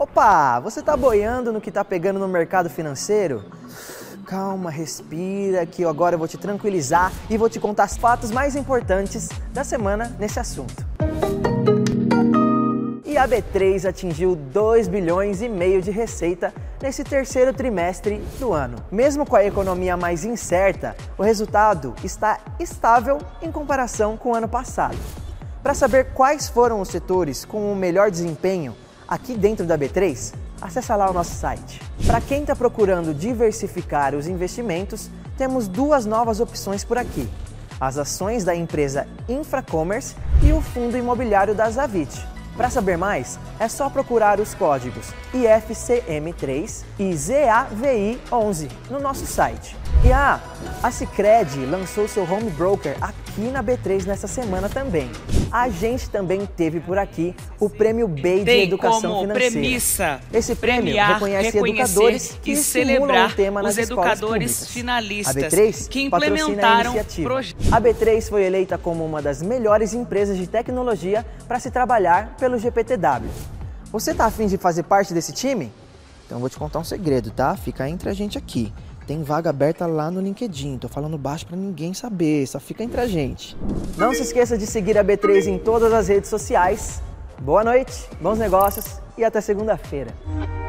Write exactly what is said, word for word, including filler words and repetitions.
Opa, você tá boiando no que tá pegando no mercado financeiro? Calma, respira, que agora eu vou te tranquilizar e vou te contar os fatos mais importantes da semana nesse assunto. E a B três atingiu dois bilhões e meio de receita nesse terceiro trimestre do ano. Mesmo com a economia mais incerta, o resultado está estável em comparação com o ano passado. Para saber quais foram os setores com o melhor desempenho aqui dentro da B três, acessa lá o nosso site. Para quem está procurando diversificar os investimentos, temos duas novas opções por aqui: as ações da empresa Infracommerce e o fundo imobiliário da Zavit. Para saber mais, é só procurar os códigos I F C M três e Z A V I onze no nosso site. E ah, a Sicredi lançou seu home broker aqui na B três nessa semana também. A gente também teve por aqui o Prêmio B E I de Educação como Financeira. Premissa Esse prêmio premiar, reconhece educadores que e estimulam celebrar o tema nas os escolas educadores públicas. finalistas A B três que patrocina a implementaram iniciativa. projetos. A B três foi eleita como uma das melhores empresas de tecnologia para se trabalhar pelo G P T W. Você tá afim de fazer parte desse time? Então eu vou te contar um segredo, tá? Fica entre a gente aqui. Tem vaga aberta lá no LinkedIn, tô falando baixo pra ninguém saber, só fica entre a gente. Não se esqueça de seguir a B três em todas as redes sociais. Boa noite, bons negócios e até segunda-feira.